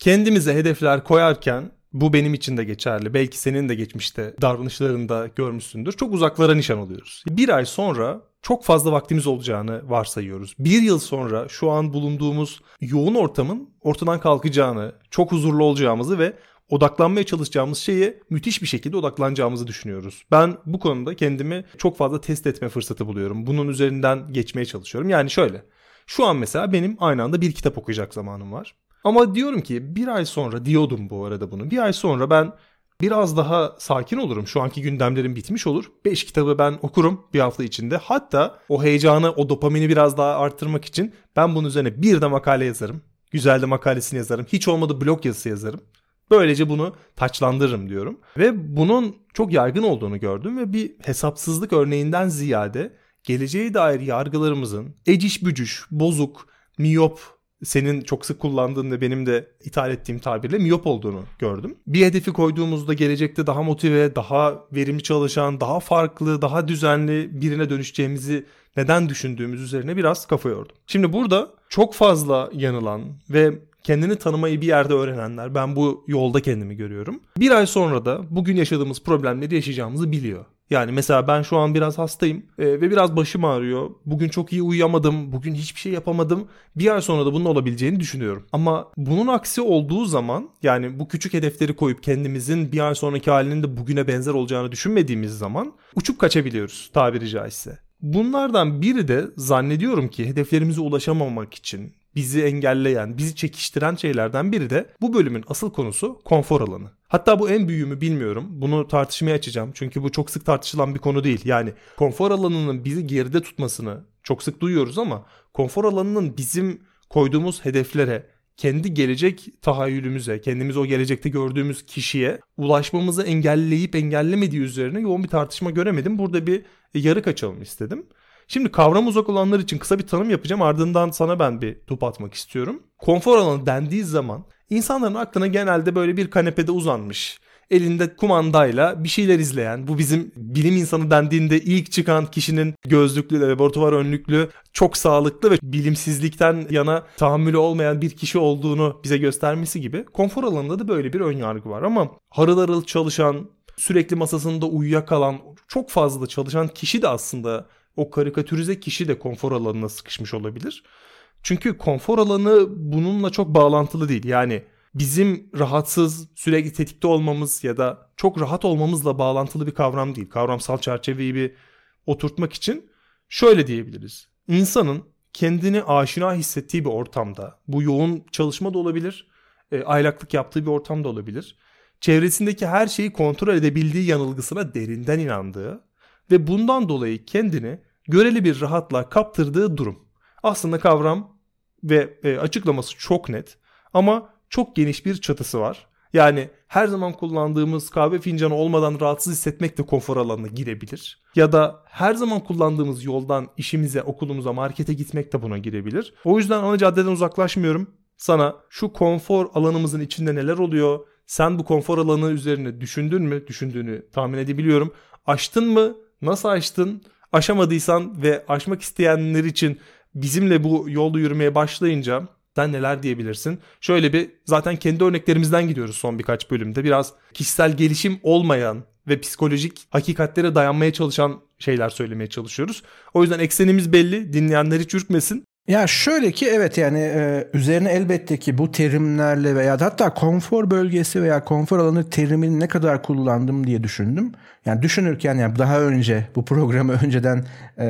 kendimize hedefler koyarken, bu benim için de geçerli, belki senin de geçmişte davranışlarında görmüşsündür, çok uzaklara nişan alıyoruz. Bir ay sonra çok fazla vaktimiz olacağını varsayıyoruz. Bir yıl sonra şu an bulunduğumuz yoğun ortamın ortadan kalkacağını, çok huzurlu olacağımızı ve odaklanmaya çalışacağımız şeye müthiş bir şekilde odaklanacağımızı düşünüyoruz. Ben bu konuda kendimi çok fazla test etme fırsatı buluyorum. Bunun üzerinden geçmeye çalışıyorum. Yani şöyle, şu an mesela benim aynı anda bir kitap okuyacak zamanım var. Ama diyorum ki bir ay sonra, diyordum bu arada bunu, bir ay sonra ben biraz daha sakin olurum. Şu anki gündemlerim bitmiş olur. 5 kitabı ben okurum bir hafta içinde. Hatta o heyecanı, o dopamini biraz daha arttırmak için ben bunun üzerine bir de makale yazarım. Güzel de makalesini yazarım. Hiç olmadı blog yazısı yazarım. Böylece bunu taçlandırırım diyorum. Ve bunun çok yaygın olduğunu gördüm ve bir hesapsızlık örneğinden ziyade geleceğe dair yargılarımızın eciş bücüş, bozuk, miyop, senin çok sık kullandığın ve benim de ithal ettiğim tabirle miyop olduğunu gördüm. Bir hedefi koyduğumuzda gelecekte daha motive, daha verimli çalışan, daha farklı, daha düzenli birine dönüşeceğimizi neden düşündüğümüz üzerine biraz kafa yordum. Şimdi burada çok fazla yanılan ve kendini tanımayı bir yerde öğrenenler, ben bu yolda kendimi görüyorum, bir ay sonra da bugün yaşadığımız problemleri yaşayacağımızı biliyor. Yani mesela ben şu an biraz hastayım ve biraz başım ağrıyor. Bugün çok iyi uyuyamadım, bugün hiçbir şey yapamadım. Bir ay sonra da bunun olabileceğini düşünüyorum. Ama bunun aksi olduğu zaman, yani bu küçük hedefleri koyup kendimizin bir ay sonraki halinin de bugüne benzer olacağını düşünmediğimiz zaman uçup kaçabiliyoruz tabiri caizse. Bunlardan biri de zannediyorum ki hedeflerimize ulaşamamak için bizi engelleyen, bizi çekiştiren şeylerden biri de bu bölümün asıl konusu konfor alanı. Hatta bu en büyüğü mü bilmiyorum. Bunu tartışmaya açacağım. Çünkü bu çok sık tartışılan bir konu değil. Yani konfor alanının bizi geride tutmasını çok sık duyuyoruz ama konfor alanının bizim koyduğumuz hedeflere, kendi gelecek tahayyülümüze, kendimizi o gelecekte gördüğümüz kişiye ulaşmamızı engelleyip engellemediği üzerine yoğun bir tartışma göremedim. Burada bir yarı kaçalım istedim. Şimdi kavram uzak olanlar için kısa bir tanım yapacağım. Ardından sana ben bir top atmak istiyorum. Konfor alanı dendiği zaman insanların aklına genelde böyle bir kanepede uzanmış, elinde kumandayla bir şeyler izleyen, bu bizim bilim insanı dendiğinde ilk çıkan kişinin gözlüklü, laboratuvar önlüklü, çok sağlıklı ve bilimsizlikten yana tahammülü olmayan bir kişi olduğunu bize göstermesi gibi konfor alanında da böyle bir önyargı var. Ama harıl harıl çalışan, sürekli masasında uyuyakalan, çok fazla çalışan kişi de aslında, o karikatürize kişi de konfor alanına sıkışmış olabilir. Çünkü konfor alanı bununla çok bağlantılı değil. Yani bizim rahatsız, sürekli tetikte olmamız ya da çok rahat olmamızla bağlantılı bir kavram değil. Kavramsal çerçeveyi bir oturtmak için şöyle diyebiliriz. İnsanın kendini aşina hissettiği bir ortamda, bu yoğun çalışma da olabilir, aylaklık yaptığı bir ortam da olabilir, çevresindeki her şeyi kontrol edebildiği yanılgısına derinden inandığı ve bundan dolayı kendini göreli bir rahatlığa kaptırdığı durum. Aslında kavram ve açıklaması çok net ama çok geniş bir çatısı var. Yani her zaman kullandığımız kahve fincanı olmadan rahatsız hissetmek de konfor alanına girebilir. Ya da her zaman kullandığımız yoldan işimize, okulumuza, markete gitmek de buna girebilir. O yüzden ana caddeden uzaklaşmıyorum. Sana şu konfor alanımızın içinde neler oluyor? Sen bu konfor alanı üzerine düşündün mü? Düşündüğünü tahmin edebiliyorum. Aştın mı? Nasıl aştın? Aşamadıysan ve aşmak isteyenler için bizimle bu yolda yürümeye başlayınca sen neler diyebilirsin? Şöyle bir, zaten kendi örneklerimizden gidiyoruz son birkaç bölümde. Biraz kişisel gelişim olmayan ve psikolojik hakikatlere dayanmaya çalışan şeyler söylemeye çalışıyoruz. O yüzden eksenimiz belli. Dinleyenler hiç ürkmesin. Ya şöyle ki evet, yani üzerine elbette ki bu terimlerle veya hatta konfor bölgesi veya konfor alanı terimini ne kadar kullandım diye düşündüm. Yani düşünürken, yani daha önce bu programı önceden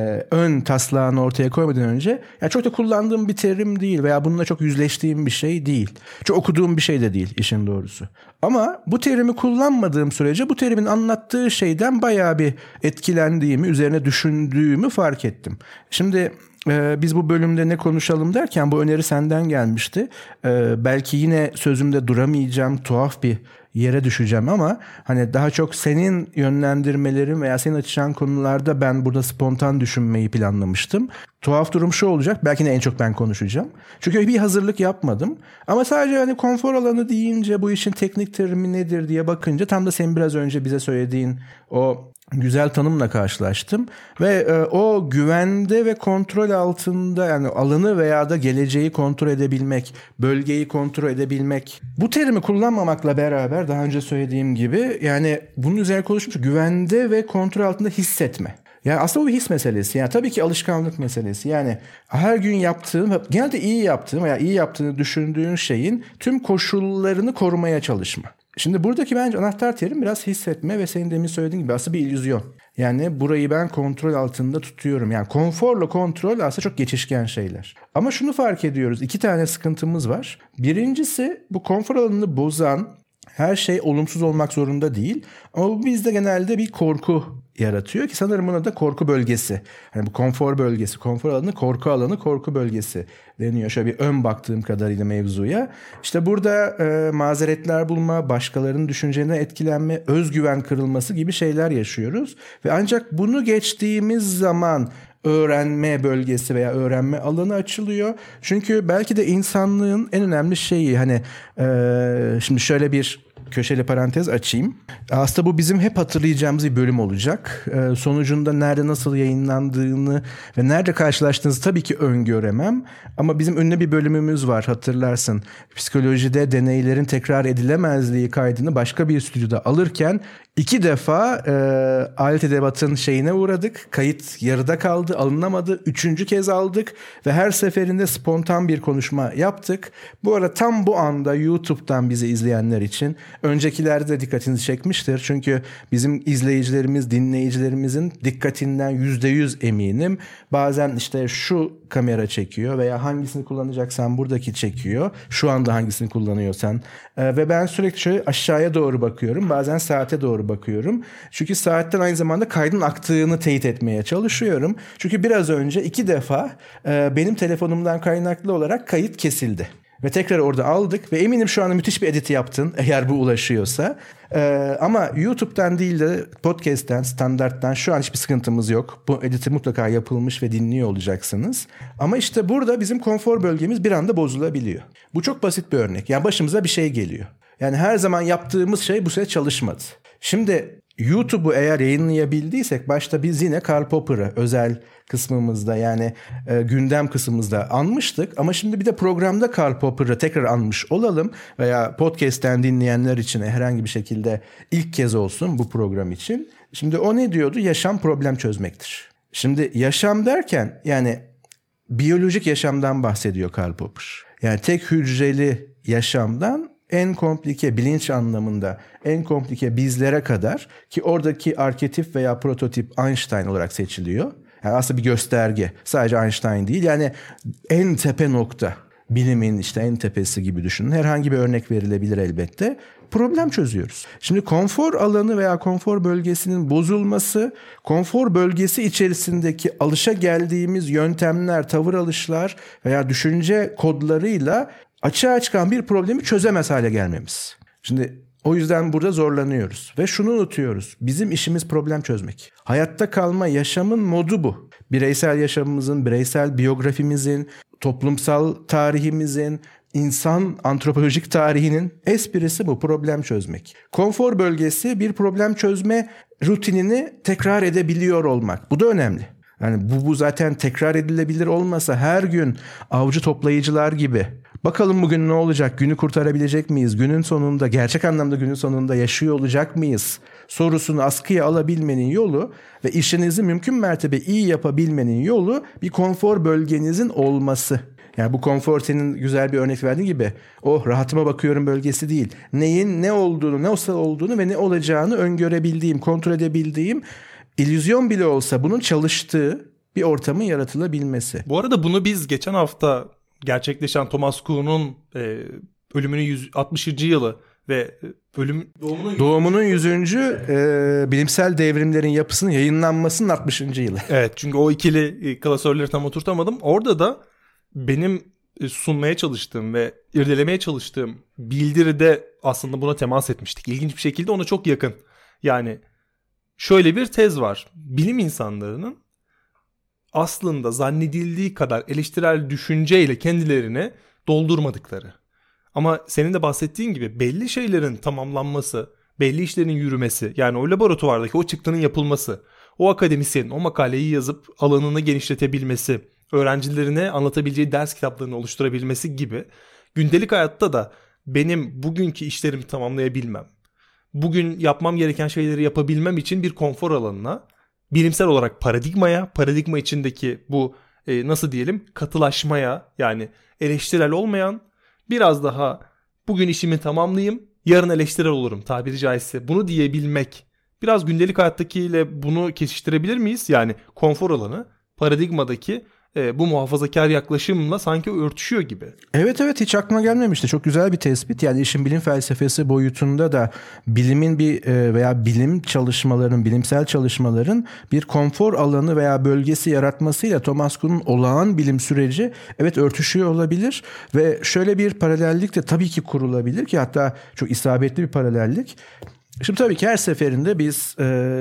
ön taslağını ortaya koymadan önce ya çok da kullandığım bir terim değil veya bununla çok yüzleştiğim bir şey değil. Çok okuduğum bir şey de değil işin doğrusu. Ama bu terimi kullanmadığım sürece bu terimin anlattığı şeyden bayağı bir etkilendiğimi, üzerine düşündüğümü fark ettim. Şimdi biz bu bölümde ne konuşalım derken bu öneri senden gelmişti. Belki yine sözümde duramayacağım, tuhaf bir yere düşeceğim ama hani daha çok senin yönlendirmelerin veya senin açacağın konularda ben burada spontan düşünmeyi planlamıştım. Tuhaf durum şu olacak, belki de en çok ben konuşacağım. Çünkü bir hazırlık yapmadım. Ama sadece hani konfor alanı deyince bu işin teknik terimi nedir diye bakınca tam da senin biraz önce bize söylediğin o güzel tanımla karşılaştım ve o güvende ve kontrol altında, yani alanı veya da geleceği kontrol edebilmek, bölgeyi kontrol edebilmek, bu terimi kullanmamakla beraber daha önce söylediğim gibi yani bunun üzerine konuşmuş, güvende ve kontrol altında hissetme. Yani aslında bu bir his meselesi. Yani tabii ki alışkanlık meselesi. Yani her gün yaptığın, genelde iyi yaptığın veya iyi yaptığını düşündüğün şeyin tüm koşullarını korumaya çalışma. Şimdi buradaki bence anahtar terim biraz hissetme ve senin demin söylediğin gibi aslında bir illüzyon. Yani burayı ben kontrol altında tutuyorum. Yani konforla kontrol aslında çok geçişken şeyler. Ama şunu fark ediyoruz. 2 tane sıkıntımız var. Birincisi, bu konfor alanını bozan her şey olumsuz olmak zorunda değil. Ama bu bizde genelde bir korku yaratıyor ki sanırım buna da korku bölgesi. Yani bu konfor bölgesi, konfor alanı, korku alanı, korku bölgesi deniyor. Şöyle bir ön baktığım kadarıyla mevzuya. İşte burada mazeretler bulma, başkalarının düşüncelerine etkilenme, özgüven kırılması gibi şeyler yaşıyoruz. Ve ancak bunu geçtiğimiz zaman öğrenme bölgesi veya öğrenme alanı açılıyor. Çünkü belki de insanlığın en önemli şeyi, hani şimdi şöyle bir köşeli parantez açayım. Aslında bu bizim hep hatırlayacağımız bir bölüm olacak. Sonucunda nerede nasıl yayınlandığını ve nerede karşılaştığınızı tabii ki öngöremem. Ama bizim ünlü bir bölümümüz var, hatırlarsın. Psikolojide deneylerin tekrar edilemezliği kaydını başka bir stüdyoda alırken 2 defa alet edevatın şeyine uğradık. Kayıt yarıda kaldı, alınamadı. 3. kez aldık ve her seferinde spontan bir konuşma yaptık. Bu arada tam bu anda YouTube'dan bizi izleyenler için, öncekilerde de dikkatinizi çekmiştir. Çünkü bizim izleyicilerimiz, dinleyicilerimizin dikkatinden %100 eminim. Bazen işte şu kamera çekiyor veya hangisini kullanacaksan buradaki çekiyor. Şu anda hangisini kullanıyorsan. Ve ben sürekli şöyle aşağıya doğru bakıyorum. Bazen saate doğru bakıyorum. Çünkü saatten aynı zamanda kaydın aktığını teyit etmeye çalışıyorum. Çünkü biraz önce 2 defa benim telefonumdan kaynaklı olarak kayıt kesildi. Ve tekrar orada aldık ve eminim şu anda müthiş bir editi yaptın eğer bu ulaşıyorsa. Ama YouTube'dan değil de podcast'ten, standarttan şu an hiçbir sıkıntımız yok. Bu editi mutlaka yapılmış ve dinliyor olacaksınız. Ama işte burada bizim konfor bölgemiz bir anda bozulabiliyor. Bu çok basit bir örnek. Yani başımıza bir şey geliyor. Yani her zaman yaptığımız şey bu sefer çalışmadı. Şimdi YouTube'u eğer yayınlayabildiysek, başta biz yine Karl Popper'ı özel kısmımızda, yani gündem kısmımızda anmıştık. Ama şimdi bir de programda Karl Popper'ı tekrar anmış olalım veya podcast'ten dinleyenler için herhangi bir şekilde ilk kez olsun bu program için. Şimdi o ne diyordu? Yaşam problem çözmektir. Şimdi yaşam derken yani biyolojik yaşamdan bahsediyor Karl Popper. Yani tek hücreli yaşamdan en komplike, bilinç anlamında en komplike bizlere kadar, ki oradaki arketip veya prototip Einstein olarak seçiliyor. Yani aslında bir gösterge. Sadece Einstein değil. Yani en tepe nokta. Bilimin işte en tepesi gibi düşünün. Herhangi bir örnek verilebilir elbette. Problem çözüyoruz. Şimdi konfor alanı veya konfor bölgesinin bozulması, konfor bölgesi içerisindeki alışageldiğimiz yöntemler, tavır alışlar veya düşünce kodlarıyla açığa çıkan bir problemi çözemez hale gelmemiz. Şimdi o yüzden burada zorlanıyoruz ve şunu unutuyoruz. Bizim işimiz problem çözmek. Hayatta kalma, yaşamın modu bu. Bireysel yaşamımızın, bireysel biyografimizin, toplumsal tarihimizin, insan antropolojik tarihinin esprisi bu, problem çözmek. Konfor bölgesi bir problem çözme rutinini tekrar edebiliyor olmak. Bu da önemli. Yani bu zaten tekrar edilebilir olmasa her gün avcı toplayıcılar gibi bakalım bugün ne olacak, günü kurtarabilecek miyiz, günün sonunda, gerçek anlamda günün sonunda yaşıyor olacak mıyız sorusunu askıya alabilmenin yolu ve işinizi mümkün mertebe iyi yapabilmenin yolu bir konfor bölgenizin olması. Yani bu konfor, senin güzel bir örnek verdiğin gibi, rahatıma bakıyorum bölgesi değil. Neyin ne olduğunu, nasıl olduğunu ve ne olacağını öngörebildiğim, kontrol edebildiğim, illüzyon bile olsa bunun çalıştığı bir ortamın yaratılabilmesi. Bu arada bunu biz geçen hafta gerçekleşen Thomas Kuhn'un ölümünün 60. yılı ve doğumunun 100. Bilimsel devrimlerin yapısının yayınlanmasının 60. yılı. Evet, çünkü o ikili klasörleri tam oturtamadım. Orada da benim sunmaya çalıştığım ve irdelemeye çalıştığım bildiride aslında buna temas etmiştik. İlginç bir şekilde ona çok yakın. Yani şöyle bir tez var. Bilim insanlarının aslında zannedildiği kadar eleştirel düşünceyle kendilerini doldurmadıkları. Ama senin de bahsettiğin gibi belli şeylerin tamamlanması, belli işlerin yürümesi, yani o laboratuvardaki o çıktının yapılması, o akademisyenin o makaleyi yazıp alanını genişletebilmesi, öğrencilerine anlatabileceği ders kitaplarını oluşturabilmesi gibi gündelik hayatta da benim bugünkü işlerimi tamamlayabilmem, bugün yapmam gereken şeyleri yapabilmem için bir konfor alanına, bilimsel olarak paradigma içindeki bu nasıl diyelim katılaşmaya, yani eleştirel olmayan, biraz daha bugün işimi tamamlayayım, yarın eleştirel olurum tabiri caizse, bunu diyebilmek. Biraz gündelik hayattakiyle bunu kesiştirebilir miyiz? Yani konfor alanı paradigmadaki bu muhafazakar yaklaşımla sanki örtüşüyor gibi. Evet, hiç aklıma gelmemişti. Çok güzel bir tespit. Yani işin bilim felsefesi boyutunda da bilimin veya bilimsel çalışmaların bir konfor alanı veya bölgesi yaratmasıyla Thomas Kuhn'un olağan bilim süreci örtüşüyor olabilir ve şöyle bir paralellik de tabii ki kurulabilir ki hatta çok isabetli bir paralellik. Şimdi tabii ki her seferinde biz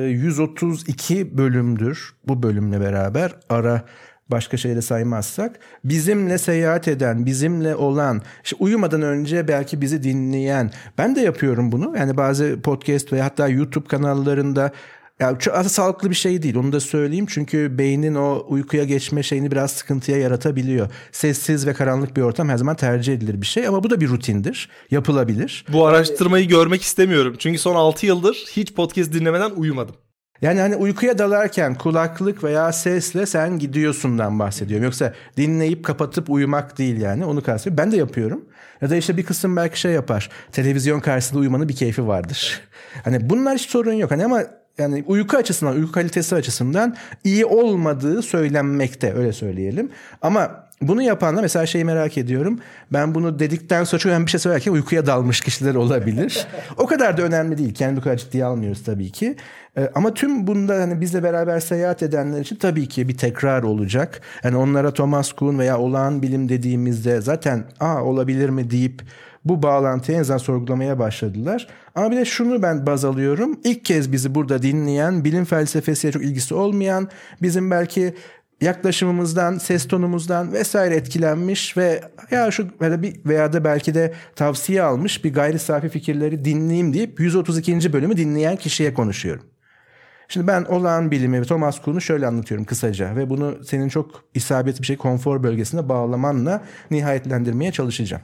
132 bölümdür bu bölümle beraber başka şeyle saymazsak bizimle seyahat eden, bizimle olan, işte uyumadan önce belki bizi dinleyen, ben de yapıyorum bunu. Yani bazı podcast ve hatta YouTube kanallarında çok sağlıklı bir şey değil, onu da söyleyeyim. Çünkü beynin o uykuya geçme şeyini biraz sıkıntıya yaratabiliyor. Sessiz ve karanlık bir ortam her zaman tercih edilir bir şey ama bu da bir rutindir, yapılabilir. Bu araştırmayı görmek istemiyorum. Çünkü son 6 yıldır hiç podcast dinlemeden uyumadım. Yani hani uykuya dalarken kulaklık veya sesle sen gidiyorsundan bahsediyorum. Yoksa dinleyip kapatıp uyumak değil yani. Onu kastediyorum. Ben de yapıyorum. Ya da işte bir kısım belki şey yapar. Televizyon karşısında uyumanın bir keyfi vardır. Hani bunlar hiç sorun yok. Hani ama yani uyku açısından, uyku kalitesi açısından iyi olmadığı söylenmekte, öyle söyleyelim. Ama bunu yapanlar mesela şeyi merak ediyorum. Ben bunu dedikten sonra çok önemli bir şey söylerken uykuya dalmış kişiler olabilir. O kadar da önemli değil. Kendi bu kadar ciddiye almıyoruz tabii ki. Ama tüm bunda hani bizle beraber seyahat edenler için tabii ki bir tekrar olacak. Yani onlara Thomas Kuhn veya olağan bilim dediğimizde zaten olabilir mi deyip bu bağlantıyı en azından sorgulamaya başladılar. Ama bir de şunu ben baz alıyorum. İlk kez bizi burada dinleyen, bilim felsefesiyle çok ilgisi olmayan, bizim belki yaklaşımımızdan, ses tonumuzdan vesaire etkilenmiş ve veya da belki de tavsiye almış bir gayri safi fikirleri dinleyeyim deyip 132. bölümü dinleyen kişiye konuşuyorum. Şimdi ben olağan bilimi ve Thomas Kuhn'u şöyle anlatıyorum kısaca ve bunu senin çok isabetli bir konfor bölgesine bağlamanla nihayetlendirmeye çalışacağım.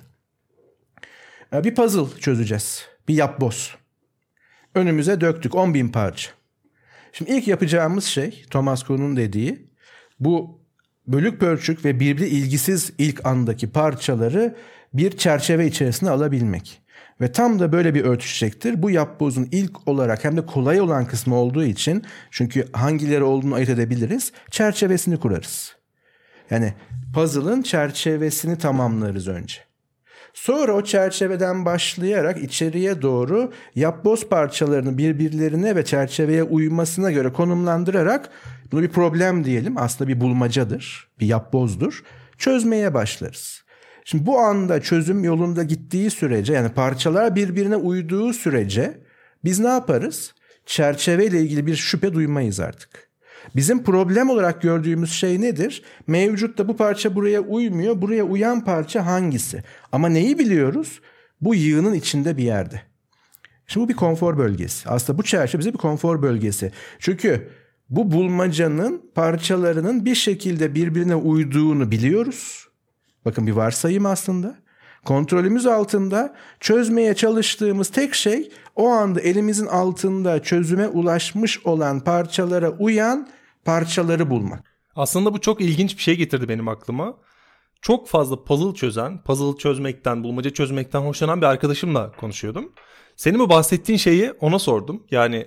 Bir puzzle çözeceğiz. Bir yapboz. Önümüze döktük 10.000 parça. Şimdi ilk yapacağımız şey Thomas Kuhn'un dediği bu bölük pörçük ve birbiri ilgisiz ilk andaki parçaları bir çerçeve içerisine alabilmek. Ve tam da böyle bir örtüşecektir. Bu yapbozun ilk olarak hem de kolay olan kısmı olduğu için, çünkü hangileri olduğunu ayırt edebiliriz, çerçevesini kurarız. Yani puzzle'ın çerçevesini tamamlarız önce. Sonra o çerçeveden başlayarak içeriye doğru yapboz parçalarını birbirlerine ve çerçeveye uymasına göre konumlandırarak, bunu bir problem diyelim, aslında bir bulmacadır, bir yapbozdur, çözmeye başlarız. Şimdi bu anda çözüm yolunda gittiği sürece, yani parçalar birbirine uyduğu sürece biz ne yaparız? Çerçeveyle ilgili bir şüphe duymayız artık. Bizim problem olarak gördüğümüz şey nedir? Mevcutta bu parça buraya uymuyor. Buraya uyan parça hangisi? Ama neyi biliyoruz? Bu yığının içinde bir yerde. Şimdi bu bir konfor bölgesi. Aslında bu çerçeve bize bir konfor bölgesi. Çünkü bu bulmacanın parçalarının bir şekilde birbirine uyduğunu biliyoruz. Bakın bir varsayım aslında. Kontrolümüz altında, çözmeye çalıştığımız tek şey o anda elimizin altında çözüme ulaşmış olan parçalara uyan parçaları bulmak. Aslında bu çok ilginç bir şey getirdi benim aklıma. Çok fazla puzzle çözmekten, bulmaca çözmekten hoşlanan bir arkadaşımla konuşuyordum. Senin bu bahsettiğin şeyi ona sordum. Yani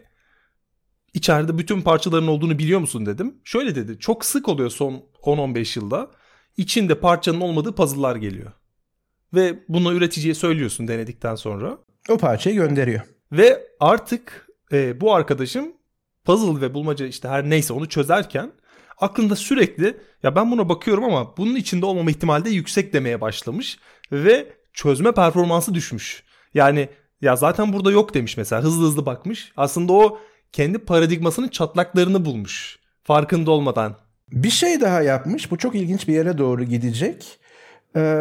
içeride bütün parçaların olduğunu biliyor musun dedim. Şöyle dedi, çok sık oluyor son 10-15 yılda. İçinde parçanın olmadığı puzzle'lar geliyor. Ve bunu üreticiye söylüyorsun denedikten sonra. O parçayı gönderiyor. Ve artık bu arkadaşım puzzle ve bulmaca işte her neyse onu çözerken aklında sürekli ya ben buna bakıyorum ama bunun içinde olmama ihtimali de yüksek demeye başlamış. Ve çözme performansı düşmüş. Yani ya zaten burada yok demiş mesela, hızlı bakmış. Aslında o kendi paradigmasının çatlaklarını bulmuş farkında olmadan. Bir şey daha yapmış. Bu çok ilginç bir yere doğru gidecek.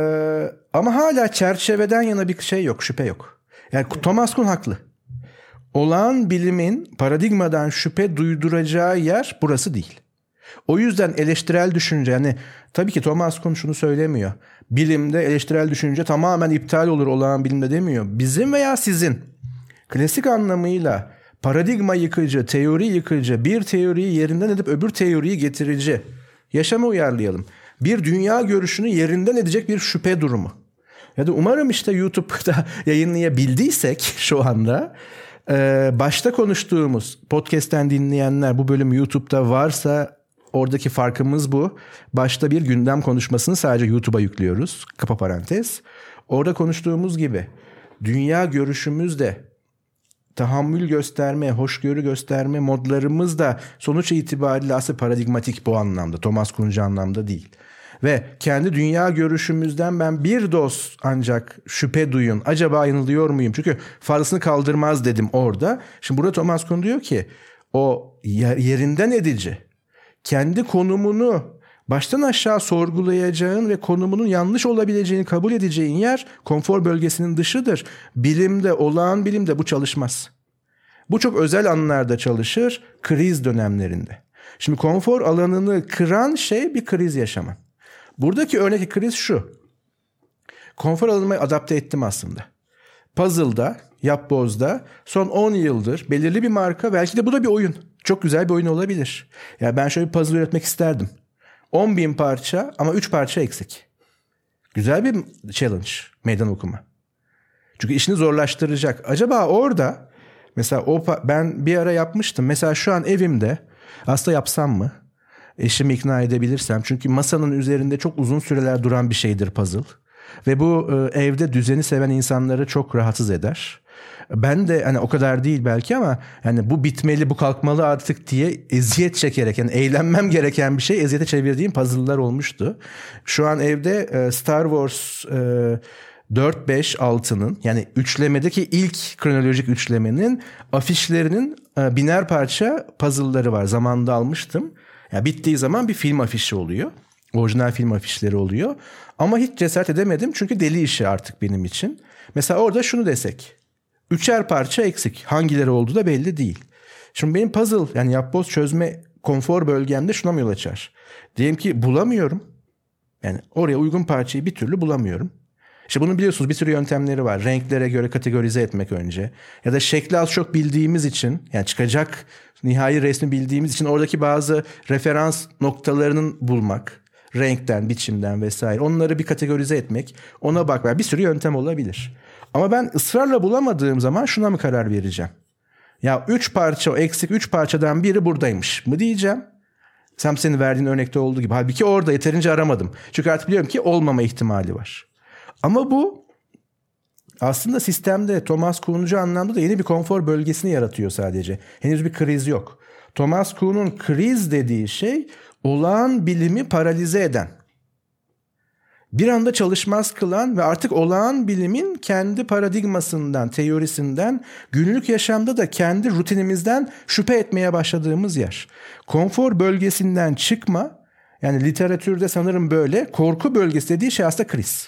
Ama hala çerçeveden yana bir şey yok, şüphe yok. Yani Thomas Kuhn haklı. olağan bilimin paradigmadan şüphe duyduracağı yer burası değil. O yüzden eleştirel düşünce, yani tabii ki Thomas Kuhn şunu söylemiyor. Bilimde eleştirel düşünce tamamen iptal olur olağan bilimde demiyor. Bizim veya sizin klasik anlamıyla paradigma yıkıcı, teori yıkıcı, bir teoriyi yerinden edip öbür teoriyi getirici yaşama uyarlayalım. Bir dünya görüşünü yerinden edecek bir şüphe durumu. Ya da umarım işte YouTube'da yayınlayabildiysek şu anda, başta konuştuğumuz podcast'ten dinleyenler, bu bölüm YouTube'da varsa oradaki farkımız bu. Başta bir gündem konuşmasını sadece YouTube'a yüklüyoruz. Kapa parantez. Orada konuştuğumuz gibi dünya görüşümüz de, tahammül gösterme, hoşgörü gösterme modlarımız da sonuç itibariyle aslında paradigmatik bu anlamda. Thomas Kuhn'cu anlamda değil. Ve kendi dünya görüşümüzden ben bir doz ancak şüphe duyun. Acaba yanılıyor muyum? Çünkü fazlasını kaldırmaz dedim orada. Şimdi burada Thomas Kuhn diyor ki o yerinden edici, kendi konumunu baştan aşağı sorgulayacağın ve konumunun yanlış olabileceğini kabul edeceğin yer konfor bölgesinin dışıdır. Bilimde, olağan bilimde bu çalışmaz. Bu çok özel anlarda çalışır, kriz dönemlerinde. Şimdi konfor alanını kıran şey bir kriz yaşaman. Buradaki örnek kriz şu. Konfor alanımı adapte ettim aslında. Puzzle'da, Yapboz'da son 10 yıldır belirli bir marka, belki de bu da bir oyun. Çok güzel bir oyun olabilir. Ya ben şöyle bir puzzle üretmek isterdim. 10.000 parça ama 3 parça eksik. Güzel bir challenge, meydan okuma. Çünkü işini zorlaştıracak. Acaba orada mesela ben bir ara yapmıştım. Mesela şu an evimde aslında yapsam mı? Eşimi ikna edebilirsem. Çünkü masanın üzerinde çok uzun süreler duran bir şeydir puzzle. Ve bu evde düzeni seven insanları çok rahatsız eder. Ben de hani o kadar değil belki ama yani bu bitmeli, bu kalkmalı artık diye eziyet çekerek, yani eğlenmem gereken bir şey eziyete çevirdiğim puzzle'lar olmuştu. Şu an evde Star Wars 4, 5, 6'nın, yani üçlemedeki ilk kronolojik üçlemenin afişlerinin biner parça puzzle'ları var. Zamanında almıştım. Yani bittiği zaman bir film afişi oluyor. Orijinal film afişleri oluyor. Ama hiç cesaret edemedim çünkü deli işi artık benim için. Mesela orada şunu desek. 3'er parça eksik. Hangileri olduğu da belli değil. Şimdi benim puzzle, yani yapboz çözme konfor bölgemde şuna mı yol açar? Diyelim ki bulamıyorum. Yani oraya uygun parçayı bir türlü bulamıyorum. İşte bunu biliyorsunuz, bir sürü yöntemleri var. Renklere göre kategorize etmek önce. Ya da şekli az çok bildiğimiz için, yani çıkacak nihai resmi bildiğimiz için oradaki bazı referans noktalarının bulmak. Renkten, biçimden vesaire. Onları bir kategorize etmek, ona bakmak. Bir sürü yöntem olabilir. Ama ben ısrarla bulamadığım zaman şuna mı karar vereceğim? Ya 3 parça, o eksik 3 parçadan biri buradaymış mı diyeceğim. Sen senin verdiğin örnekte olduğu gibi. Halbuki orada yeterince aramadım. Çünkü artık biliyorum ki olmama ihtimali var. Ama bu aslında sistemde Thomas Kuhn'cu anlamda da yeni bir konfor bölgesini yaratıyor sadece. Henüz bir kriz yok. Thomas Kuhn'un kriz dediği şey olağan bilimi paralize eden, bir anda çalışmaz kılan ve artık olağan bilimin kendi paradigmasından, teorisinden, günlük yaşamda da kendi rutinimizden şüphe etmeye başladığımız yer. Konfor bölgesinden çıkma, yani literatürde sanırım böyle, korku bölgesi dediği şey aslında kriz.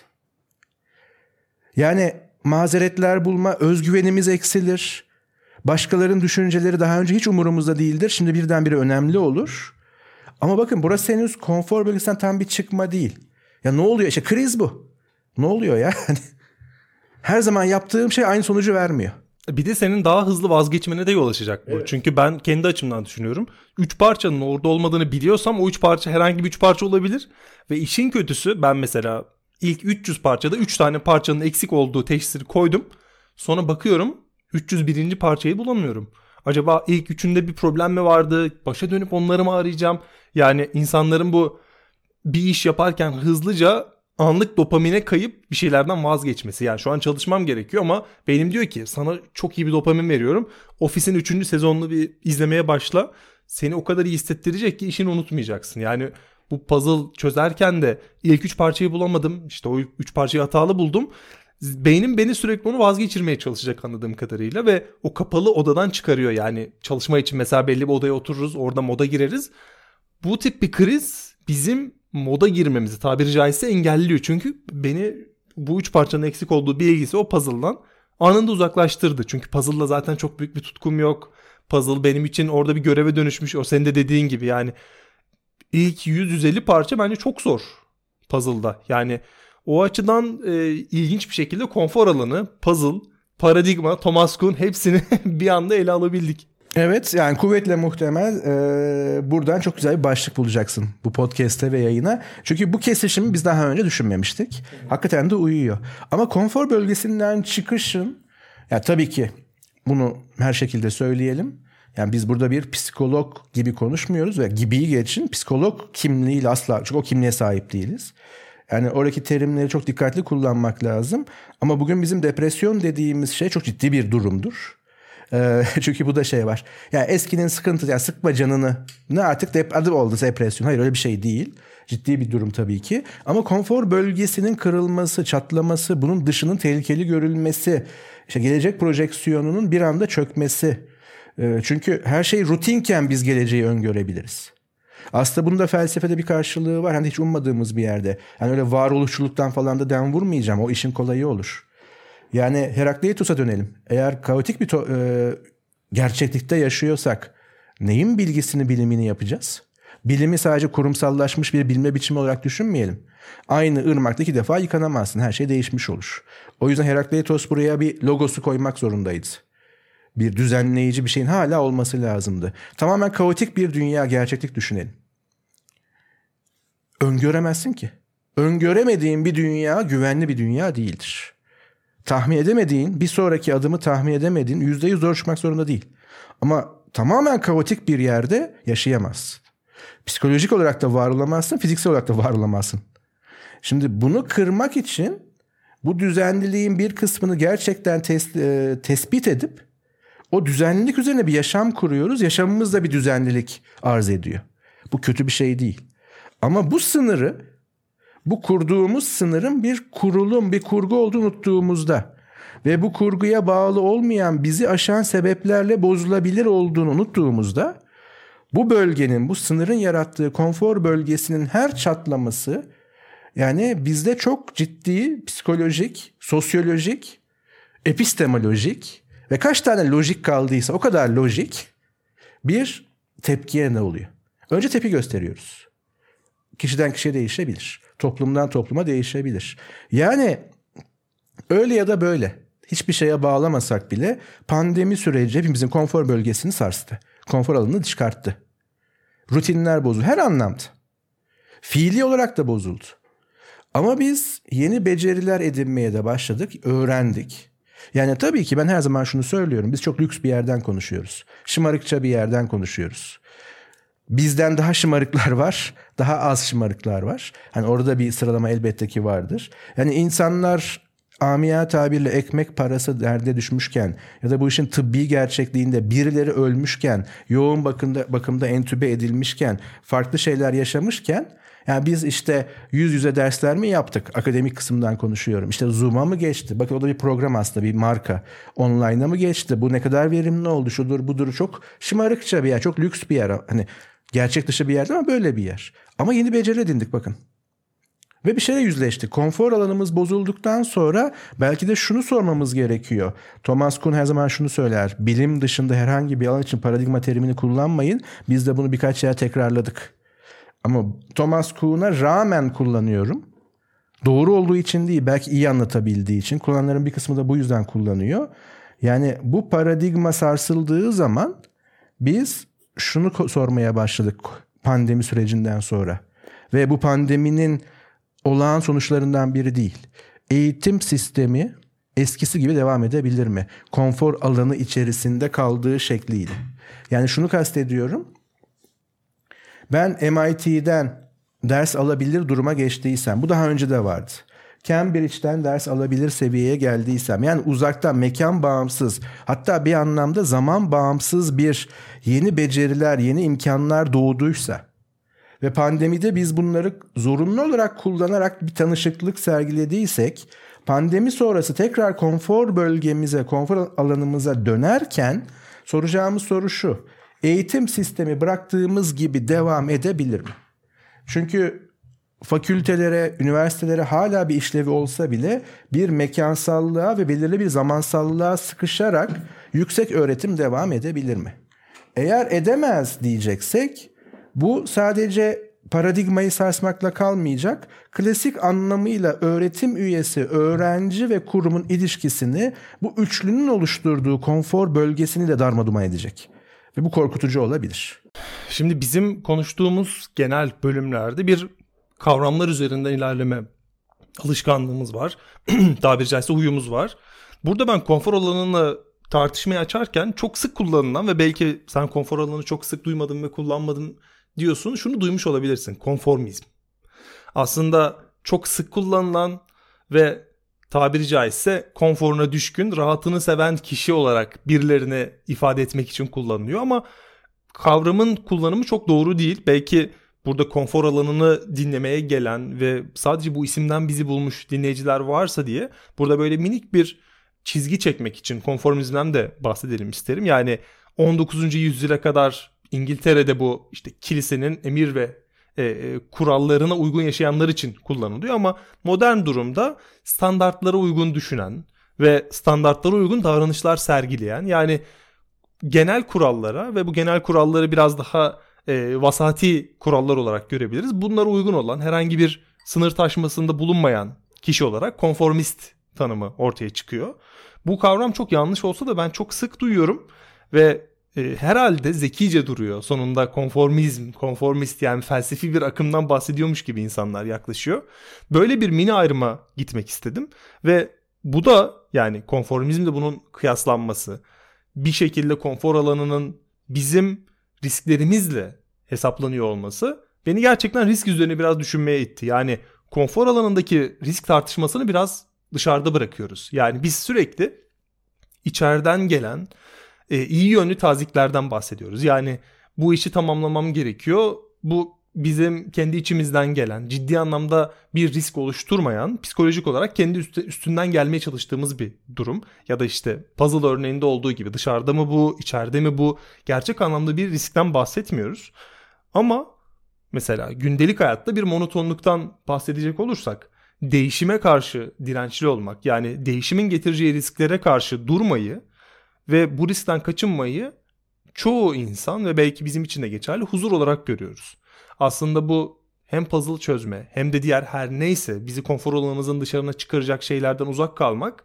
Yani mazeretler bulma, özgüvenimiz eksilir. Başkalarının düşünceleri daha önce hiç umurumuzda değildir. Şimdi birdenbire önemli olur. Ama bakın burası henüz konfor bölgesinden tam bir çıkma değil. Ya ne oluyor? İşte kriz bu. Ne oluyor ya? Her zaman yaptığım şey aynı sonucu vermiyor. Bir de senin daha hızlı vazgeçmene de yol açacak bu. Evet. Çünkü ben kendi açımdan düşünüyorum. 3 parçanın orada olmadığını biliyorsam o 3 parça herhangi bir 3 parça olabilir. Ve işin kötüsü, ben mesela ilk 300 parçada 3 tane parçanın eksik olduğu teşhisini koydum. Sonra bakıyorum 301. parçayı bulamıyorum. Acaba ilk üçünde bir problem mi vardı? Başa dönüp onları mı arayacağım? Yani insanların bu bir iş yaparken hızlıca anlık dopamine kayıp bir şeylerden vazgeçmesi. Yani şu an çalışmam gerekiyor ama beynim diyor ki sana çok iyi bir dopamin veriyorum. Ofis'in 3. sezonunu bir izlemeye başla. Seni o kadar iyi hissettirecek ki işini unutmayacaksın. Yani bu puzzle çözerken de ilk 3 parçayı bulamadım. İşte o 3 parçayı hatalı buldum. Beynim beni sürekli onu vazgeçirmeye çalışacak anladığım kadarıyla ve o kapalı odadan çıkarıyor. Yani çalışma için mesela belli bir odaya otururuz, orada moda gireriz. Bu tip bir kriz bizim moda girmemizi tabiri caizse engelliyor. Çünkü beni bu 3 parçanın eksik olduğu bilgisi o puzzle'dan anında uzaklaştırdı. Çünkü puzzle'la zaten çok büyük bir tutkum yok. Puzzle benim için orada bir göreve dönüşmüş. O senin de dediğin gibi yani ilk 100-150 parça bence çok zor puzzle'da. Yani o açıdan ilginç bir şekilde konfor alanı, puzzle, paradigma, Thomas Kuhn hepsini bir anda ele alabildik. Evet, yani kuvvetle muhtemel buradan çok güzel bir başlık bulacaksın bu podcast'te ve yayına. Çünkü bu kesişimi biz daha önce düşünmemiştik. Hakikaten de uyuyor. Ama konfor bölgesinden çıkışın, ya tabii ki bunu her şekilde söyleyelim. Yani biz burada bir psikolog gibi konuşmuyoruz ve gibiyi geçin, psikolog kimliğiyle asla, çünkü o kimliğe sahip değiliz. Yani oradaki terimleri çok dikkatli kullanmak lazım. Ama bugün bizim depresyon dediğimiz şey çok ciddi bir durumdur. Çünkü bu da şey var. Yani eskinin sıkıntı, yani sıkma canını, ne artık adı oldu depresyon. Hayır, öyle bir şey değil. Ciddi bir durum tabii ki. Ama konfor bölgesinin kırılması, çatlaması, bunun dışının tehlikeli görülmesi, işte gelecek projeksiyonunun bir anda çökmesi. Çünkü her şey rutinken biz geleceği öngörebiliriz. Aslında bunun da felsefede bir karşılığı var. Hani hiç ummadığımız bir yerde. Yani öyle varoluşçuluktan falan da dem vurmayacağım. O işin kolayı olur. Yani Herakleitos'a dönelim. Eğer kaotik bir gerçeklikte yaşıyorsak neyin bilgisini, bilimini yapacağız? Bilimi sadece kurumsallaşmış bir bilme biçimi olarak düşünmeyelim. Aynı ırmakta 2 defa yıkanamazsın. Her şey değişmiş olur. O yüzden Herakleitos buraya bir logosu koymak zorundaydı. Bir düzenleyici bir şeyin hala olması lazımdı. Tamamen kaotik bir dünya, gerçeklik düşünelim. Öngöremezsin ki. Öngöremediğin bir dünya güvenli bir dünya değildir. Tahmin edemediğin, bir sonraki adımı tahmin edemediğin %100 doğru çıkmak zorunda değil. Ama tamamen kaotik bir yerde yaşayamazsın. Psikolojik olarak da var olamazsın, fiziksel olarak da var olamazsın. Şimdi bunu kırmak için bu düzenliliğin bir kısmını gerçekten tespit edip o düzenlilik üzerine bir yaşam kuruyoruz. Yaşamımız da bir düzenlilik arz ediyor. Bu kötü bir şey değil. Ama bu sınırı, bu kurduğumuz sınırın bir kurulum, bir kurgu olduğunu unuttuğumuzda ve bu kurguya bağlı olmayan, bizi aşan sebeplerle bozulabilir olduğunu unuttuğumuzda bu bölgenin, bu sınırın yarattığı konfor bölgesinin her çatlaması, yani bizde çok ciddi psikolojik, sosyolojik, epistemolojik ve kaç tane lojik kaldıysa o kadar lojik bir tepkiye ne oluyor? Önce tepki gösteriyoruz. Kişiden kişiye değişebilir. Toplumdan topluma değişebilir. Yani öyle ya da böyle hiçbir şeye bağlamasak bile pandemi süreci hepimizin konfor bölgesini sarstı. Konfor alanını çıkarttı. Rutinler bozuldu. Her anlamda. Fiili olarak da bozuldu. Ama biz yeni beceriler edinmeye de başladık, öğrendik. Yani tabii ki ben her zaman şunu söylüyorum. Biz çok lüks bir yerden konuşuyoruz. Şımarıkça bir yerden konuşuyoruz. Bizden daha şımarıklar var, daha az şımarıklar var. Hani orada bir sıralama elbette ki vardır. Yani insanlar amiyane tabirle ekmek parası derde düşmüşken ya da bu işin tıbbi gerçekliğinde birileri ölmüşken, yoğun bakımda entübe edilmişken, farklı şeyler yaşamışken, yani biz işte yüz yüze dersler mi yaptık? Akademik kısımdan konuşuyorum. İşte Zoom'a mı geçti? Bakın o da bir program aslında, bir marka. Online'a mı geçti? Bu ne kadar verimli oldu? Şudur budur, çok şımarıkça bir yer, çok lüks bir yer. Hani gerçek dışı bir yer ama böyle bir yer. Ama yeni beceri edindik bakın. Ve bir şeyle yüzleştik. Konfor alanımız bozulduktan sonra belki de şunu sormamız gerekiyor. Thomas Kuhn her zaman şunu söyler. Bilim dışında herhangi bir alan için paradigma terimini kullanmayın. Biz de bunu birkaç yer tekrarladık. Ama Thomas Kuhn'a rağmen kullanıyorum. Doğru olduğu için değil, belki iyi anlatabildiği için. Kullananların bir kısmı da bu yüzden kullanıyor. Yani bu paradigma sarsıldığı zaman biz şunu sormaya başladık pandemi sürecinden sonra. Ve bu pandeminin olağan sonuçlarından biri değil. Eğitim sistemi eskisi gibi devam edebilir mi? Konfor alanı içerisinde kaldığı şekliyle. Yani şunu kastediyorum. Ben MIT'den ders alabilir duruma geçtiysem, bu daha önce de vardı. Cambridge'den ders alabilir seviyeye geldiysem, yani uzaktan, mekan bağımsız, hatta bir anlamda zaman bağımsız bir yeni beceriler, yeni imkanlar doğduysa ve pandemide biz bunları zorunlu olarak kullanarak bir tanışıklık sergilediysek, pandemi sonrası tekrar konfor bölgemize, konfor alanımıza dönerken soracağımız soru şu: eğitim sistemi bıraktığımız gibi devam edebilir mi? Çünkü fakültelere, üniversitelere hala bir işlevi olsa bile bir mekansallığa ve belirli bir zamansallığa sıkışarak yüksek öğretim devam edebilir mi? Eğer edemez diyeceksek bu sadece paradigmayı sarsmakla kalmayacak, klasik anlamıyla öğretim üyesi, öğrenci ve kurumun ilişkisini bu üçlünün oluşturduğu konfor bölgesini de darmadağın edecek. Ve bu korkutucu olabilir. Şimdi bizim konuştuğumuz genel bölümlerde bir kavramlar üzerinden ilerleme alışkanlığımız var. Tabiri caizse huyumuz var. Burada ben konfor alanını tartışmayı açarken çok sık kullanılan ve belki sen konfor alanını çok sık duymadın ve kullanmadın diyorsun. Şunu duymuş olabilirsin. Konformizm. Aslında çok sık kullanılan ve tabiri caizse konforuna düşkün, rahatını seven kişi olarak birilerine ifade etmek için kullanılıyor ama kavramın kullanımı çok doğru değil. Belki burada konfor alanını dinlemeye gelen ve sadece bu isimden bizi bulmuş dinleyiciler varsa diye burada böyle minik bir çizgi çekmek için konformizmden de bahsedelim isterim. Yani 19. yüzyıla kadar İngiltere'de bu işte kilisenin emir ve kurallarına uygun yaşayanlar için kullanılıyor ama modern durumda standartlara uygun düşünen ve standartlara uygun davranışlar sergileyen, yani genel kurallara ve bu genel kuralları biraz daha vasati kurallar olarak görebiliriz. Bunlara uygun olan, herhangi bir sınır taşmasında bulunmayan kişi olarak konformist tanımı ortaya çıkıyor. Bu kavram çok yanlış olsa da ben çok sık duyuyorum ve herhalde zekice duruyor. Sonunda konformist yani felsefi bir akımdan bahsediyormuş gibi insanlar yaklaşıyor. Böyle bir mini ayrıma gitmek istedim ve bu da, yani konformizmle bunun kıyaslanması, bir şekilde konfor alanının bizim risklerimizle hesaplanıyor olması beni gerçekten risk üzerine biraz düşünmeye itti. Yani konfor alanındaki risk tartışmasını biraz dışarıda bırakıyoruz. Yani biz sürekli içeriden gelen iyi yönlü taziklerden bahsediyoruz. Yani bu işi tamamlamam gerekiyor. Bu bizim kendi içimizden gelen, ciddi anlamda bir risk oluşturmayan, psikolojik olarak kendi üstünden gelmeye çalıştığımız bir durum. Ya da işte puzzle örneğinde olduğu gibi dışarıda mı bu, içeride mi bu? Gerçek anlamda bir riskten bahsetmiyoruz. Ama mesela gündelik hayatta bir monotonluktan bahsedecek olursak, değişime karşı dirençli olmak, yani değişimin getireceği risklere karşı durmayı ve bu riskten kaçınmayı çoğu insan ve belki bizim için de geçerli huzur olarak görüyoruz. Aslında bu hem puzzle çözme hem de diğer her neyse bizi konfor alanımızın dışarına çıkaracak şeylerden uzak kalmak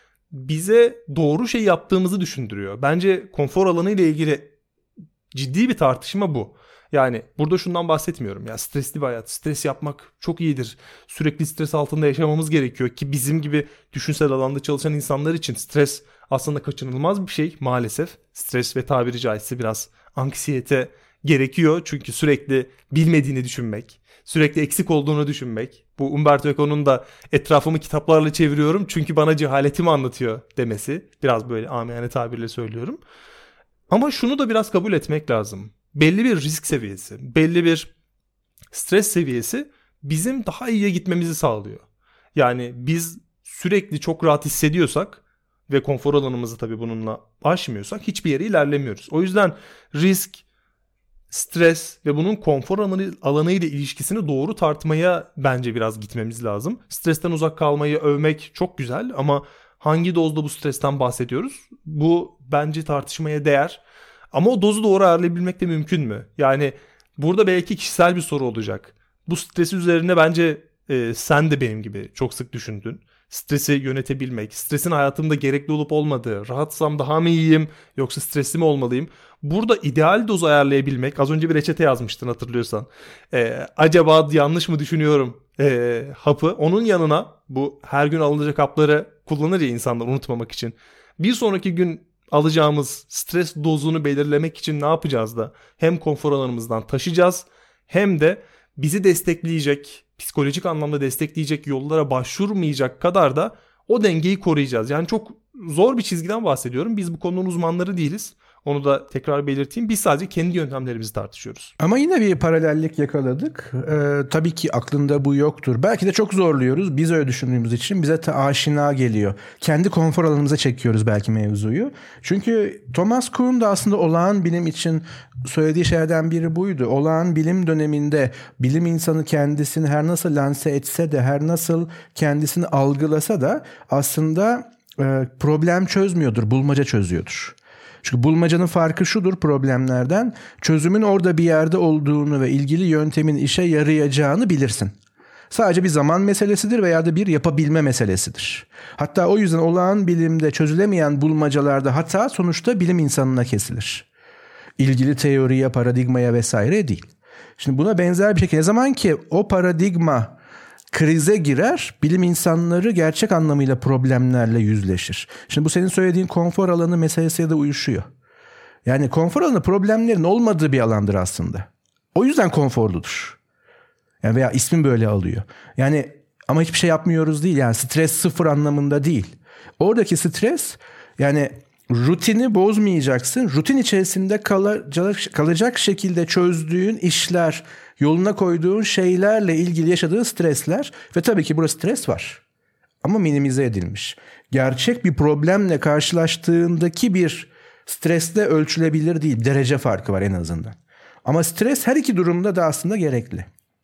bize doğru şey yaptığımızı düşündürüyor. Bence konfor alanı ile ilgili ciddi bir tartışma bu. Yani burada şundan bahsetmiyorum. Ya stresli bir hayat, stres yapmak çok iyidir. Sürekli stres altında yaşamamız gerekiyor ki bizim gibi düşünsel alanda çalışan insanlar için stres aslında kaçınılmaz bir şey maalesef. Stres ve tabiri caizse biraz anksiyete gerekiyor. Çünkü sürekli bilmediğini düşünmek, sürekli eksik olduğunu düşünmek. Bu Umberto Eco'nun da etrafımı kitaplarla çeviriyorum çünkü bana cehaletimi anlatıyor demesi. Biraz böyle amiyane tabirle söylüyorum. Ama şunu da biraz kabul etmek lazım. Belli bir risk seviyesi, belli bir stres seviyesi bizim daha iyiye gitmemizi sağlıyor. Yani biz sürekli çok rahat hissediyorsak ve konfor alanımızı tabii bununla aşmıyorsak hiçbir yere ilerlemiyoruz. O yüzden risk, stres ve bunun konfor alanı ile ilişkisini doğru tartmaya bence biraz gitmemiz lazım. Stresten uzak kalmayı övmek çok güzel ama hangi dozda bu stresten bahsediyoruz? Bu bence tartışmaya değer. Ama o dozu doğru ayarlayabilmek de mümkün mü? Yani burada belki kişisel bir soru olacak. Bu stresi üzerine bence sen de benim gibi çok sık düşündün. Stresi yönetebilmek, stresin hayatımda gerekli olup olmadığı, rahatsam daha mı iyiyim yoksa stresli mi olmalıyım? Burada ideal dozu ayarlayabilmek, az önce bir reçete yazmıştın hatırlıyorsan. Acaba yanlış mı düşünüyorum hapı? Onun yanına bu her gün alınacak hapları kullanır ya insanlar unutmamak için. Bir sonraki gün alacağımız stres dozunu belirlemek için ne yapacağız da hem konfor alanımızdan taşıyacağız hem de bizi destekleyecek, psikolojik anlamda destekleyecek yollara başvurmayacak kadar da o dengeyi koruyacağız. Yani çok zor bir çizgiden bahsediyorum. Biz bu konunun uzmanları değiliz. Onu da tekrar belirteyim. Biz sadece kendi yöntemlerimizi tartışıyoruz. Ama yine bir paralellik yakaladık. Tabii ki aklında bu yoktur. Belki de çok zorluyoruz. Biz öyle düşündüğümüz için bize aşina geliyor. Kendi konfor alanımıza çekiyoruz belki mevzuyu. Çünkü Thomas Kuhn da aslında olağan bilim için söylediği şeylerden biri buydu. Olağan bilim döneminde bilim insanı kendisini her nasıl lanse etse de, her nasıl kendisini algılasa da aslında problem çözmüyordur, bulmaca çözüyordur. Çünkü bulmacanın farkı şudur problemlerden: çözümün orada bir yerde olduğunu ve ilgili yöntemin işe yarayacağını bilirsin. Sadece bir zaman meselesidir veya da bir yapabilme meselesidir. Hatta o yüzden olağan bilimde çözülemeyen bulmacalarda hata sonuçta bilim insanına kesilir. İlgili teoriye, paradigmaya vesaire değil. Şimdi buna benzer bir şekilde ne zaman ki o paradigma krize girer, bilim insanları gerçek anlamıyla problemlerle yüzleşir. Şimdi bu senin söylediğin konfor alanı meselesiyle de uyuşuyor. Yani konfor alanı problemlerin olmadığı bir alandır aslında. O yüzden konforludur. Yani veya ismin böyle alıyor. Yani ama hiçbir şey yapmıyoruz değil. Yani stres sıfır anlamında değil. Oradaki stres yani rutini bozmayacaksın. Rutin içerisinde kalacak şekilde çözdüğün işler, yoluna koyduğun şeylerle ilgili yaşadığın stresler ve tabii ki burada stres var. Ama minimize edilmiş. Gerçek bir problemle karşılaştığındaki bir stresle ölçülebilir değil. Derece farkı var en azından. Ama stres her iki durumda da aslında gerekli.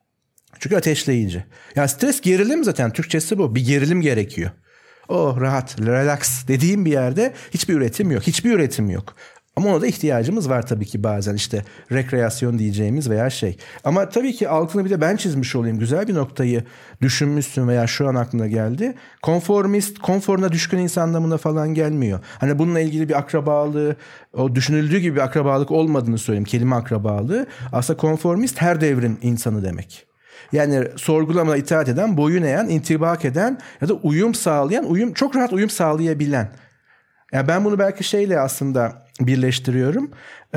Çünkü ateşleyici. Yani stres gerilim zaten. Türkçesi bu. Bir gerilim gerekiyor. Oh rahat, relax dediğim bir yerde hiçbir üretim yok. Hiçbir üretim yok. Ama ona da ihtiyacımız var tabii ki bazen, işte rekreasyon diyeceğimiz veya şey. Ama tabii ki altını bir de ben çizmiş olayım. Güzel bir noktayı düşünmüşsün veya şu an aklına geldi. Konformist, konforuna düşkün insan anlamına falan gelmiyor. Hani bununla ilgili bir akrabalığı, o düşünüldüğü gibi bir akrabalık olmadığını söyleyeyim. Kelime akrabalığı. Aslında konformist her devrin insanı demek. Yani sorgulamada itaat eden, boyun eğen, intibak eden ya da uyum sağlayan, çok rahat uyum sağlayabilen. Yani ben bunu belki şeyle aslında birleştiriyorum.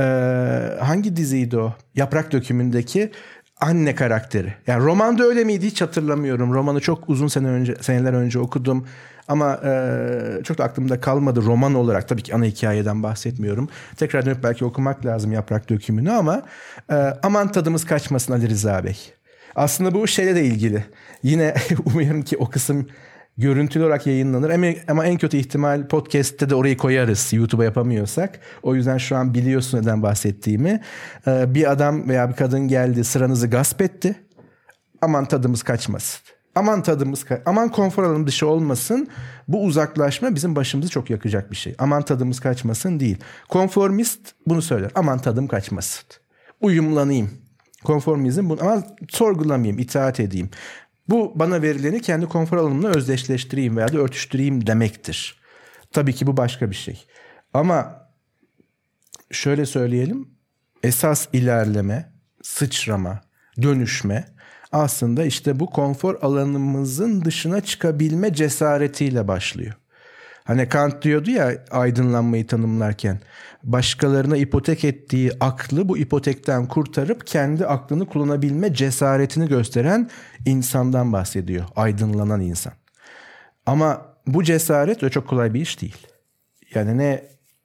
Hangi diziydi o? Yaprak Dökümü'ndeki anne karakteri. Yani romanda öyle miydi hiç hatırlamıyorum. Romanı çok uzun seneler önce okudum. Ama çok da aklımda kalmadı roman olarak. Tabii ki ana hikayeden bahsetmiyorum. Tekrar dönüp belki okumak lazım Yaprak Dökümü'nü ama aman tadımız kaçmasın Ali Rıza Bey. Aslında bu şeyle de ilgili. Yine umuyorum ki o kısım görüntülü olarak yayınlanır. Ama en kötü ihtimal podcast'te de orayı koyarız. YouTube'a yapamıyorsak. O yüzden şu an biliyorsun neden bahsettiğimi. Bir adam veya bir kadın geldi, sıranızı gasp etti. Aman tadımız kaçmasın. Aman konfor alanı dışı olmasın. Bu uzaklaşma bizim başımızı çok yakacak bir şey. Aman tadımız kaçmasın değil. Konformist bunu söyler. Aman tadım kaçmasın. Uyumlanayım. Konformizm bunu ama sorgulamayayım, itaat edeyim. Bu bana verileni kendi konfor alanımla özdeşleştireyim veya da örtüştüreyim demektir. Tabii ki bu başka bir şey. Ama şöyle söyleyelim. Esas ilerleme, sıçrama, dönüşme aslında işte bu konfor alanımızın dışına çıkabilme cesaretiyle başlıyor. Hani Kant diyordu ya aydınlanmayı tanımlarken, başkalarına ipotek ettiği aklı bu ipotekten kurtarıp kendi aklını kullanabilme cesaretini gösteren insandan bahsediyor. Aydınlanan insan. Ama bu cesaret öyle çok kolay bir iş değil. Yani ne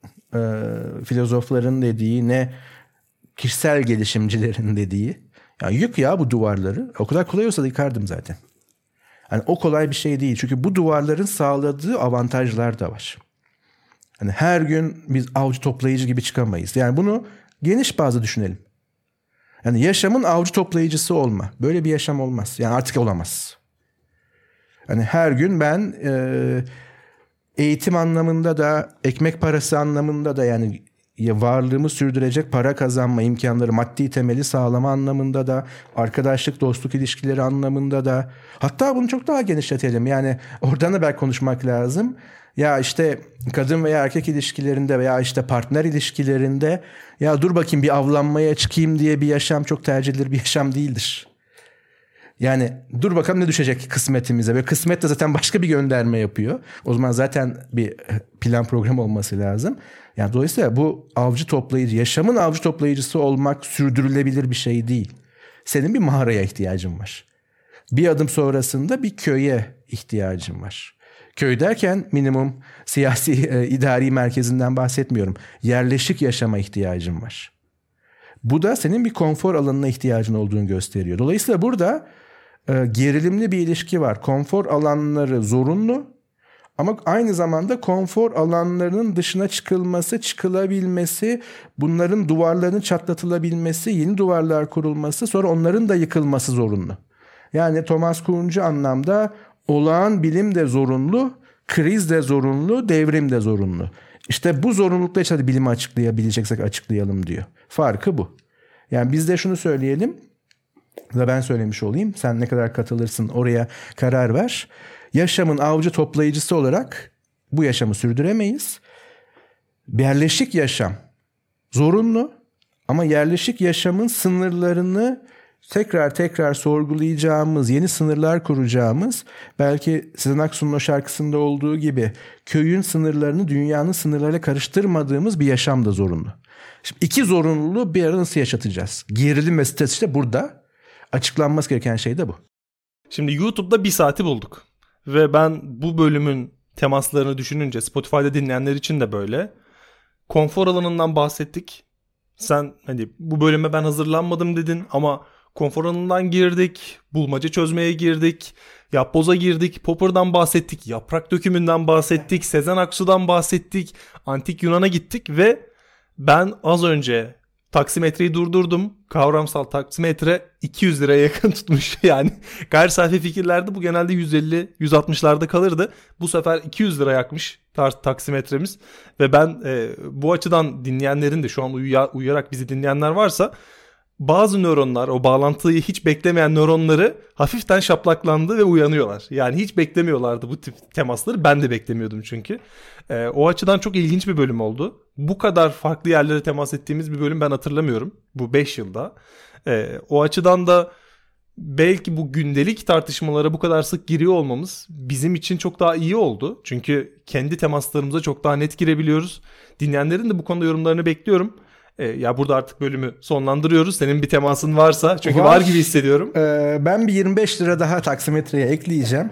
filozofların dediği ne kişisel gelişimcilerin dediği. Yani yık ya bu duvarları. O kadar kolay olsa da yıkardım zaten. Yani o kolay bir şey değil. Çünkü bu duvarların sağladığı avantajlar da var. Hani her gün biz avcı toplayıcı gibi çıkamayız. Yani bunu geniş bazda düşünelim. Yani yaşamın avcı toplayıcısı olma. Böyle bir yaşam olmaz. Yani artık olamaz. Yani her gün ben eğitim anlamında da, ekmek parası anlamında da, yani varlığımı sürdürecek para kazanma imkanları, maddi temeli sağlama anlamında da, arkadaşlık, dostluk ilişkileri anlamında da, hatta bunu çok daha genişletelim. Yani oradan da belki konuşmak lazım. Ya işte kadın veya erkek ilişkilerinde veya işte partner ilişkilerinde ya dur bakayım bir avlanmaya çıkayım diye bir yaşam çok tercih edilir bir yaşam değildir. Yani dur bakalım ne düşecek kısmetimize. Ve kısmet de zaten başka bir gönderme yapıyor. O zaman zaten bir plan program olması lazım. Yani dolayısıyla bu avcı toplayıcı, yaşamın avcı toplayıcısı olmak sürdürülebilir bir şey değil. Senin bir mağaraya ihtiyacın var. Bir adım sonrasında bir köye ihtiyacın var. Köy derken minimum siyasi idari merkezinden bahsetmiyorum. Yerleşik yaşama ihtiyacım var. Bu da senin bir konfor alanına ihtiyacın olduğunu gösteriyor. Dolayısıyla burada gerilimli bir ilişki var. Konfor alanları zorunlu ama aynı zamanda konfor alanlarının dışına çıkılması, çıkılabilmesi, bunların duvarlarının çatlatılabilmesi, yeni duvarlar kurulması, sonra onların da yıkılması zorunlu. Yani Thomas Kuhn'cu anlamda olağan bilim de zorunlu, kriz de zorunlu, devrim de zorunlu. İşte bu zorunlulukla işte bilimi açıklayabileceksek açıklayalım diyor. Farkı bu. Yani biz de şunu söyleyelim ve ben söylemiş olayım. Sen ne kadar katılırsın oraya karar ver. Yaşamın avcı toplayıcısı olarak bu yaşamı sürdüremeyiz. Yerleşik yaşam zorunlu ama yerleşik yaşamın sınırlarını tekrar sorgulayacağımız, yeni sınırlar kuracağımız, belki Sezen Aksu'nun o şarkısında olduğu gibi köyün sınırlarını dünyanın sınırlarıyla karıştırmadığımız bir yaşam da zorunlu. Şimdi iki zorunluluğu bir arada nasıl yaşatacağız? Gerilim ve stres işte burada. Açıklanması gereken şey de bu. Şimdi YouTube'da 1 saati bulduk. Ve ben bu bölümün temaslarını düşününce Spotify'da dinleyenler için de böyle. Konfor alanından bahsettik. Sen hani bu bölüme ben hazırlanmadım dedin ama konfor alanından girdik, bulmaca çözmeye girdik, yapboza girdik, Popper'dan bahsettik, yaprak dökümünden bahsettik, Sezen Aksu'dan bahsettik, antik Yunan'a gittik ve ben az önce taksimetreyi durdurdum. Kavramsal taksimetre 200 liraya yakın tutmuş. Yani gayri safi fikirlerde bu genelde 150-160'larda kalırdı. Bu sefer 200 lira yakmış taksimetremiz. Ve ben bu açıdan dinleyenlerin de şu an uyuyarak bizi dinleyenler varsa bazı nöronlar, o bağlantıyı hiç beklemeyen nöronları hafiften şaplaklandı ve uyanıyorlar. Yani hiç beklemiyorlardı bu tip temasları. Ben de beklemiyordum çünkü. O açıdan çok ilginç bir bölüm oldu. Bu kadar farklı yerlere temas ettiğimiz bir bölüm ben hatırlamıyorum. Bu 5 yılda. O açıdan da belki bu gündelik tartışmalara bu kadar sık giriyor olmamız bizim için çok daha iyi oldu. Çünkü kendi temaslarımıza çok daha net girebiliyoruz. Dinleyenlerin de bu konuda yorumlarını bekliyorum. Ya burada artık bölümü sonlandırıyoruz. Senin bir temasın varsa. Çünkü var gibi hissediyorum. Ben bir 25 lira daha taksimetreye ekleyeceğim.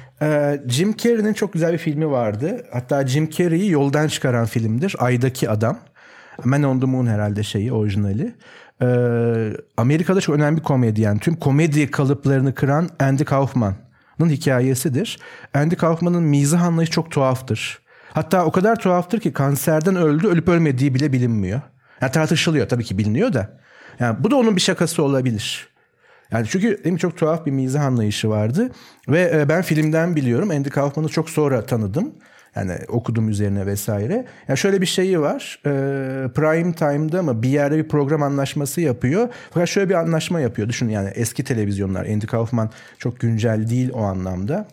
Jim Carrey'nin çok güzel bir filmi vardı. Hatta Jim Carrey'i yoldan çıkaran filmdir. Ay'daki Adam. Man on the Moon herhalde orijinali. Amerika'da çok önemli bir komedyen. Tüm komedi kalıplarını kıran Andy Kaufman'ın hikayesidir. Andy Kaufman'ın mizah anlayışı çok tuhaftır. Hatta o kadar tuhaftır ki kanserden öldü, ölüp ölmediği bile bilinmiyor. Yani tartışılıyor, tabii ki biliniyor da. Yani bu da onun bir şakası olabilir. Yani çünkü benim çok tuhaf bir mizah anlayışı vardı. Ve ben filmden biliyorum. Andy Kaufman'ı çok sonra tanıdım. Yani okudum üzerine vesaire. Yani şöyle bir şeyi var. Prime Time'da mı bir yerde bir program anlaşması yapıyor. Fakat şöyle bir anlaşma yapıyor. Düşün yani eski televizyonlar. Andy Kaufman çok güncel değil o anlamda.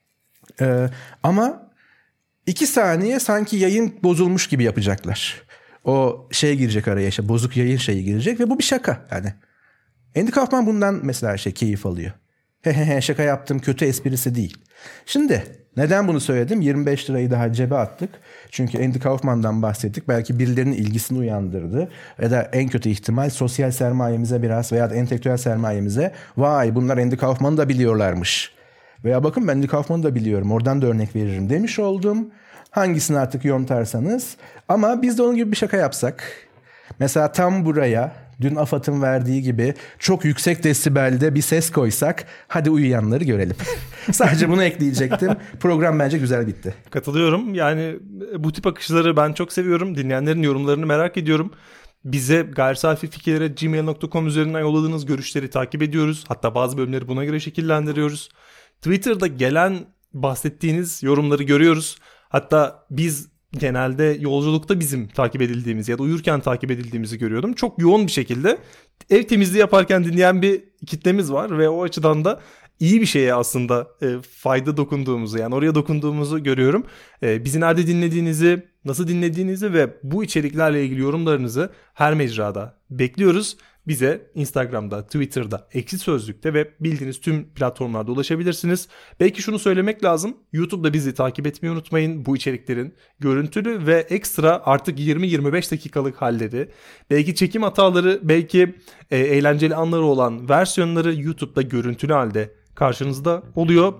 Ama 2 saniye sanki yayın bozulmuş gibi yapacaklar. O girecek araya, bozuk yayın şeyi girecek ve bu bir şaka yani. Andy Kaufman bundan mesela keyif alıyor. Şaka yaptım, kötü esprisi değil. Şimdi neden bunu söyledim? 25 lirayı daha cebe attık. Çünkü Andy Kaufman'dan bahsettik. Belki birilerinin ilgisini uyandırdı. Ya da en kötü ihtimal sosyal sermayemize biraz veya da entelektüel sermayemize vay bunlar Andy Kaufman'ı da biliyorlarmış. Veya bakın ben Andy Kaufman'ı da biliyorum. Oradan da örnek veririm demiş oldum. Hangisini artık yontarsanız. Ama biz de onun gibi bir şaka yapsak. Mesela tam buraya dün AFAD'ın verdiği gibi çok yüksek desibelde bir ses koysak hadi uyuyanları görelim. Sadece bunu ekleyecektim. Program bence güzel bitti. Katılıyorum. Yani bu tip akışları ben çok seviyorum. Dinleyenlerin yorumlarını merak ediyorum. Bize gayrisafifikirlere@gmail.com üzerinden yolladığınız görüşleri takip ediyoruz. Hatta bazı bölümleri buna göre şekillendiriyoruz. Twitter'da gelen bahsettiğiniz yorumları görüyoruz. Hatta biz genelde yolculukta bizim takip edildiğimiz ya da uyurken takip edildiğimizi görüyordum. Çok yoğun bir şekilde ev temizliği yaparken dinleyen bir kitlemiz var ve o açıdan da iyi bir şeye aslında fayda dokunduğumuzu, yani oraya dokunduğumuzu görüyorum. Bizi nerede dinlediğinizi, nasıl dinlediğinizi ve bu içeriklerle ilgili yorumlarınızı her mecrada bekliyoruz. Bize Instagram'da, Twitter'da, Ekşi Sözlük'te ve bildiğiniz tüm platformlarda ulaşabilirsiniz. Belki şunu söylemek lazım. YouTube'da bizi takip etmeyi unutmayın. Bu içeriklerin görüntülü ve ekstra artık 20-25 dakikalık halleri, belki çekim hataları, belki eğlenceli anları olan versiyonları YouTube'da görüntülü halde karşınızda oluyor.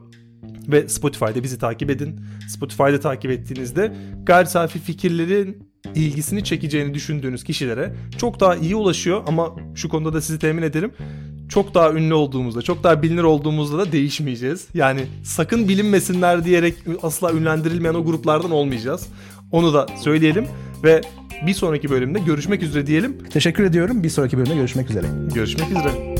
Ve Spotify'da bizi takip edin. Spotify'da takip ettiğinizde gayri safi fikirlerin ilgisini çekeceğini düşündüğünüz kişilere çok daha iyi ulaşıyor. Ama şu konuda da sizi temin ederim. Çok daha ünlü olduğumuzda, çok daha bilinir olduğumuzda da değişmeyeceğiz. Yani sakın bilinmesinler diyerek asla ünlendirilmeyen o gruplardan olmayacağız. Onu da söyleyelim ve bir sonraki bölümde görüşmek üzere diyelim. Teşekkür ediyorum. Bir sonraki bölümde görüşmek üzere. Görüşmek üzere.